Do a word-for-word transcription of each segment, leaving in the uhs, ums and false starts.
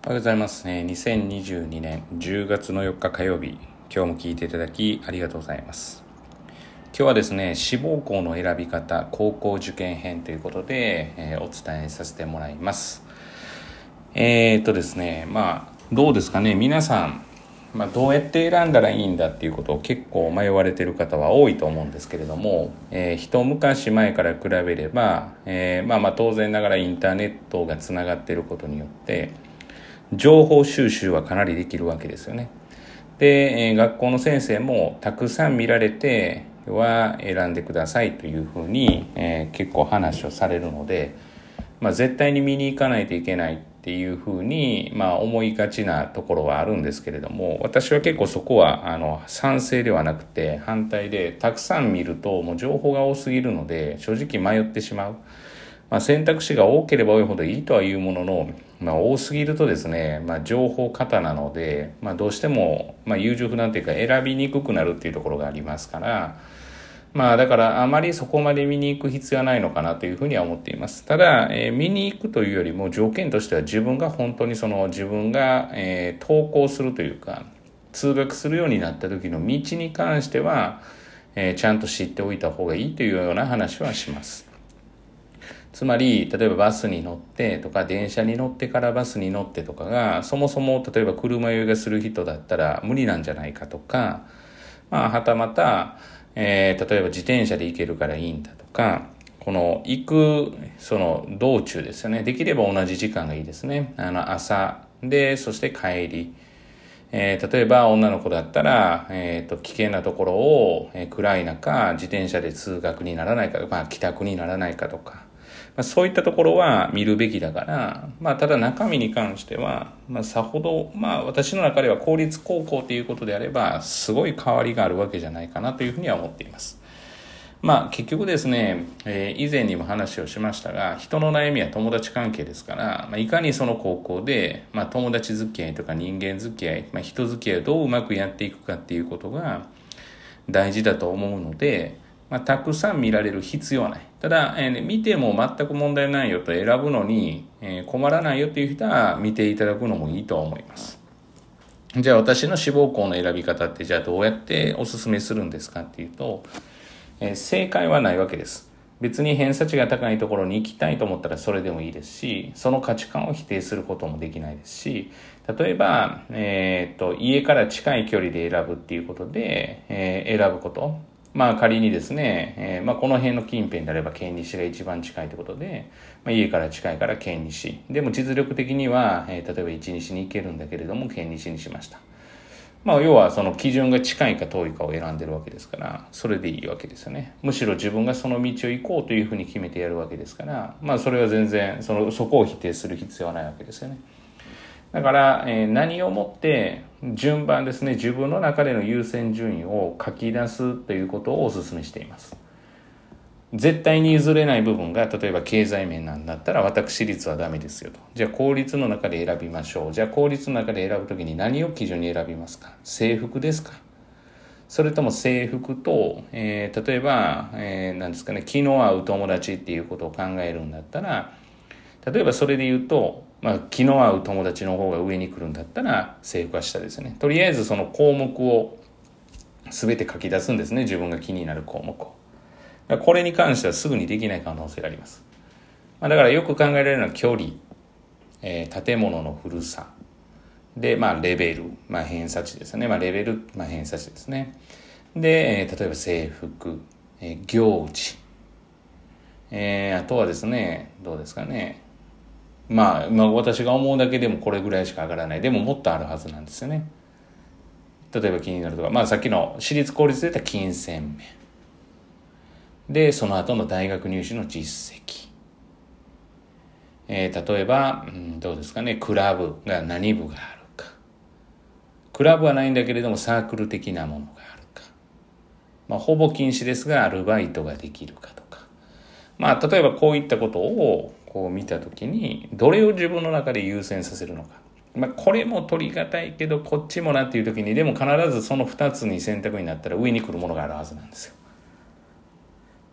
おはようございます。にせんにじゅうにねんじゅうがつのよっか火曜日、今日も聞いていただきありがとうございます。今日はですね、志望校の選び方高校受験編ということで、えー、お伝えさせてもらいます。えーっとですね、まあどうですかね、皆さん、まあ、どうやって選んだらいいんだっていうことを結構迷われている方は多いと思うんですけれども、えー、一昔前から比べれば、えー、まあまあ当然ながらインターネットがつながっていることによって情報収集はかなりできるわけですよね。で、えー、学校の先生もたくさん見られては選んでくださいというふうに、えー、結構話をされるので、まあ、絶対に見に行かないといけないっていうふうに、まあ、思いがちなところはあるんですけれども、私は結構そこはあの賛成ではなくて反対で、たくさん見るともう情報が多すぎるので正直迷ってしまう。まあ、選択肢が多ければ多いほどいいとはいうものの、まあ、多すぎるとですね、まあ、情報過多なので、まあ、どうしても、まあ、優柔不断というか選びにくくなるっていうところがありますから、まあだからあまりそこまで見に行く必要はないのかなというふうには思っています。ただ、えー、見に行くというよりも条件としては自分が本当にその自分が、えー、登校するというか通学するようになった時の道に関しては、えー、ちゃんと知っておいた方がいいというような話はします。つまり例えばバスに乗ってとか電車に乗ってからバスに乗ってとかがそもそも例えば車酔いがする人だったら無理なんじゃないかとか、まあ、はたまたえー、例えば自転車で行けるからいいんだとか、この行くその道中ですよね、できれば同じ時間がいいですね。あの朝で、そして帰り、えー、例えば女の子だったら、えー、と危険なところを、えー、暗い中自転車で通学にならないか、まあ、帰宅にならないかとか、まあ、そういったところは見るべきだから、まあ、ただ中身に関しては、まあ、さほど、まあ、私の中では公立高校ということであればすごい変わりがあるわけじゃないかなというふうには思っています。まあ結局ですね、えー、以前にも話をしましたが、人の悩みは友達関係ですから、まあ、いかにその高校で、まあ、友達付き合いとか人間付き合い、まあ、人付き合いをどううまくやっていくかっていうことが大事だと思うので、まあ、たくさん見られる必要はない。ただ、えーね、見ても全く問題ないよと選ぶのに、えー、困らないよっていう人は見ていただくのもいいと思います。じゃあ私の志望校の選び方ってじゃあどうやっておすすめするんですかっていうと、えー、正解はないわけです。別に偏差値が高いところに行きたいと思ったらそれでもいいですし、その価値観を否定することもできないですし、例えば、えー、っと家から近い距離で選ぶっていうことで、えー、選ぶこと、まあ仮にですね、えーまあ、この辺の近辺であれば県西が一番近いということで、まあ、家から近いから県西でも実力的には、えー、例えば一西に行けるんだけれども県西にしました。まあ要はその基準が近いか遠いかを選んでるわけですから、それでいいわけですよね。むしろ自分がその道を行こうというふうに決めてやるわけですから、まあそれは全然そのそこを否定する必要はないわけですよね。だから、えー、何をもって順番ですね、自分の中での優先順位を書き出すということをお勧めしています。絶対に譲れない部分が例えば経済面なんだったら私立はダメですよと。じゃあ公立の中で選びましょう。じゃあ公立の中で選ぶときに何を基準に選びますか。制服ですか、それとも制服と、えー、例えば、えー、何ですかね、気の合う友達っていうことを考えるんだったら、例えばそれで言うと、まあ、気の合う友達の方が上に来るんだったら制服は下ですね。とりあえずその項目を全て書き出すんですね、自分が気になる項目を。これに関してはすぐにできない可能性があります。だからよく考えられるのは距離、えー、建物の古さで、まあ、レベル、まあ、偏差値ですね、まあ、レベル、まあ、偏差値ですね。で、えー、例えば制服、えー、行事、えー、あとはですね、どうですかね、まあ、まあ私が思うだけでもこれぐらいしか上がらない。でももっとあるはずなんですよね。例えば気になるとか、まあさっきの私立公立で言ったら金銭面で、その後の大学入試の実績、えー、例えば、うん、どうですかね、クラブが何部があるか、クラブはないんだけれどもサークル的なものがあるか、まあ、ほぼ禁止ですがアルバイトができるかとか、まあ例えばこういったことをこう見たときにどれを自分の中で優先させるのか、まあ、これも取り難いけどこっちもなっていうときに、でも必ずそのふたつに選択になったら上に来るものがあるはずなんですよ。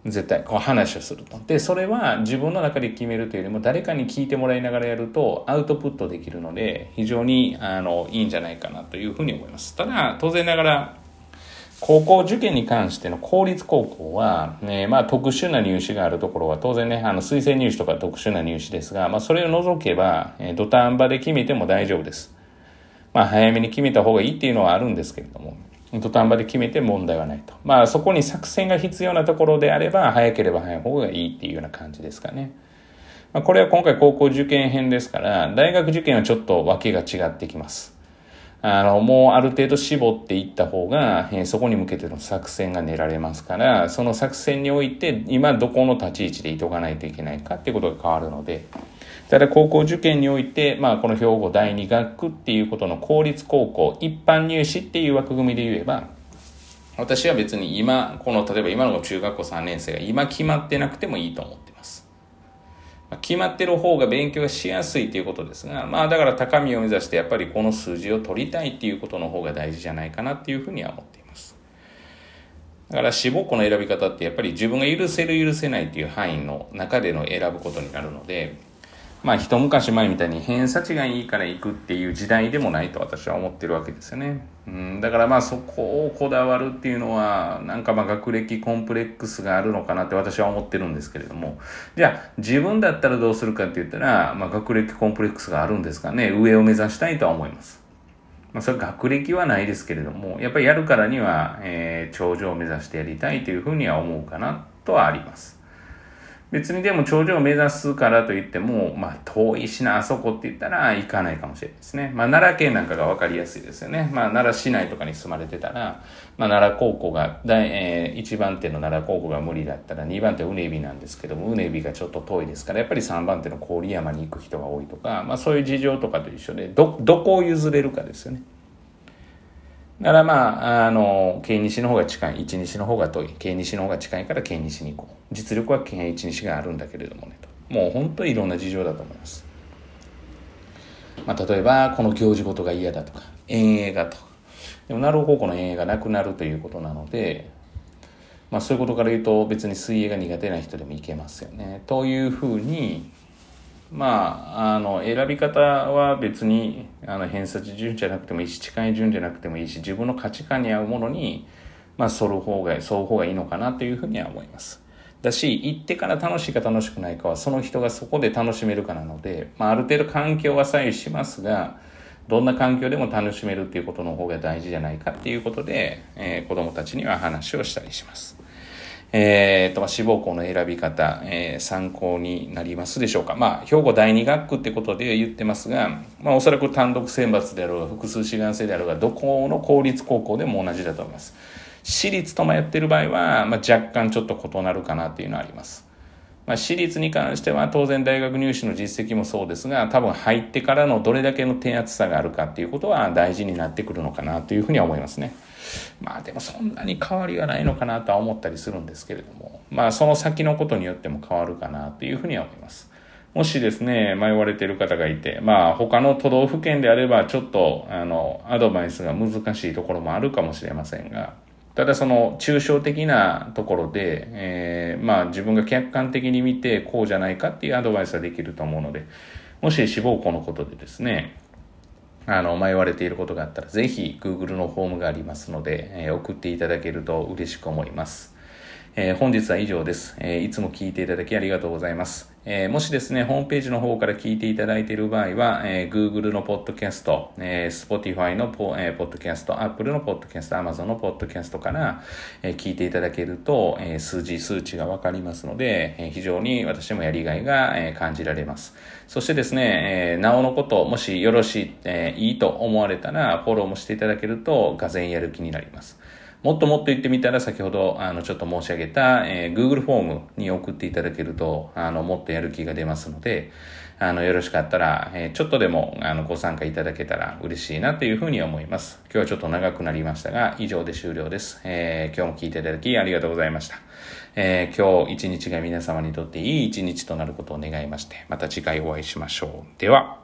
絶対こう話をすると。で、それは自分の中で決めるというよりも誰かに聞いてもらいながらやるとアウトプットできるので非常にあのいいんじゃないかなというふうに思います。ただ当然ながら高校受験に関しての公立高校は、ね、まあ特殊な入試があるところは当然ね、あの推薦入試とか特殊な入試ですが、まあそれを除けば、えー、土壇場で決めても大丈夫です。まあ早めに決めた方がいいっていうのはあるんですけれども、土壇場で決めて問題はないと。まあそこに作戦が必要なところであれば、早ければ早い方がいいっていうような感じですかね。まあ、これは今回高校受験編ですから、大学受験はちょっと訳が違ってきます。あの、もうある程度絞っていった方が、えー、そこに向けての作戦が練られますから、その作戦において、今どこの立ち位置で急がないといけないかっていうことが変わるので、ただ高校受験において、まあこの兵庫第二学区っていうことの公立高校、一般入試っていう枠組みで言えば、私は別に今、この、例えば今の中学校さんねん生が今決まってなくてもいいと思ってます。決まってる方が勉強がしやすいということですが、まあだから高みを目指してやっぱりこの数字を取りたいっていうことの方が大事じゃないかなっていうふうには思っています。だから志望校の選び方ってやっぱり自分が許せる許せないっていう範囲の中での選ぶことになるので、まあ一昔前みたいに偏差値がいいから行くっていう時代でもないと私は思ってるわけですよね。うん、だからまあそこをこだわるっていうのはなんかまあ学歴コンプレックスがあるのかなって私は思ってるんですけれども、じゃあ自分だったらどうするかって言ったら、まあ学歴コンプレックスがあるんですかね。上を目指したいとは思います。まあそれ学歴はないですけれども、やっぱりやるからには、えー、頂上を目指してやりたいというふうには思うかなとはあります。別にでも頂上を目指すからといっても、まあ遠いしな、あそこって言ったら行かないかもしれないですね。まあ奈良県なんかが分かりやすいですよね。まあ奈良市内とかに住まれてたら、まあ奈良高校が、えー、いちばん手の奈良高校が無理だったらにばん手はうねびなんですけども、うねびがちょっと遠いですから、やっぱりさんばん手の郡山に行く人が多いとか、まあそういう事情とかと一緒で、ど、どこを譲れるかですよね。だからまあ、あの、京西の方が近い、一西の方が遠い、京西の方が近いから京西に行こう。実力は京一西があるんだけれどもねと。もう本当にいろんな事情だと思います。まあ例えば、この行事事が嫌だとか、遠泳がと。でも、奈良高校の遠泳がなくなるということなので、まあそういうことから言うと別に水泳が苦手な人でもいけますよね。というふうに、まあ、あの選び方は別にあの偏差値順じゃなくてもいいし近い順じゃなくてもいいし自分の価値観に合うものに、まあ、沿う方が沿う方がいいのかなというふうには思います。だし行ってから楽しいか楽しくないかはその人がそこで楽しめるかなので、まあ、ある程度環境は左右しますがどんな環境でも楽しめるっていうことの方が大事じゃないかっていうことで、えー、子どもたちには話をしたりします。えーと、志望校の選び方、えー、参考になりますでしょうか。まあ、兵庫第二学区ってことで言ってますが、まあ、おそらく単独選抜であろうが、複数志願制であろうが、どこの公立高校でも同じだと思います。私立と迷っている場合は、まあ、若干ちょっと異なるかなっていうのはあります。まあ、私立に関しては当然大学入試の実績もそうですが、多分入ってからのどれだけの手厚さがあるかっていうことは大事になってくるのかなというふうには思いますね。まあでもそんなに変わりがないのかなとは思ったりするんですけれども、まあその先のことによっても変わるかなというふうには思います。もしですね、迷われている方がいて、まあ他の都道府県であればちょっとあのアドバイスが難しいところもあるかもしれませんが、ただその抽象的なところで、えー、まあ自分が客観的に見てこうじゃないかっていうアドバイスはできると思うので、もし志望校のことでですね、あの迷われていることがあったらぜひ Google のフォームがありますので、えー、送っていただけると嬉しく思います。えー、本日は以上です、えー。いつも聞いていただきありがとうございます。えー、もしですね、ホームページの方から聞いていただいている場合は、えー、Google のポッドキャスト、えー、Spotify のポ、えー、ポッドキャスト、Apple のポッドキャスト、Amazon のポッドキャストから、えー、聞いていただけると、えー、数字、数値がわかりますので、えー、非常に私もやりがいが、えー、感じられます。そしてですね、えー、なおのこと、もしよろしい、えー、いいと思われたら、フォローもしていただけると、がぜんやる気になります。もっともっと言ってみたら先ほどあのちょっと申し上げた、えー、Google フォームに送っていただけるとあのもっとやる気が出ますのであのよろしかったら、えー、ちょっとでもあのご参加いただけたら嬉しいなというふうに思います。今日はちょっと長くなりましたが以上で終了です。えー、今日も聞いていただきありがとうございました。えー、今日一日が皆様にとっていい一日となることを願いましてまた次回お会いしましょう。では。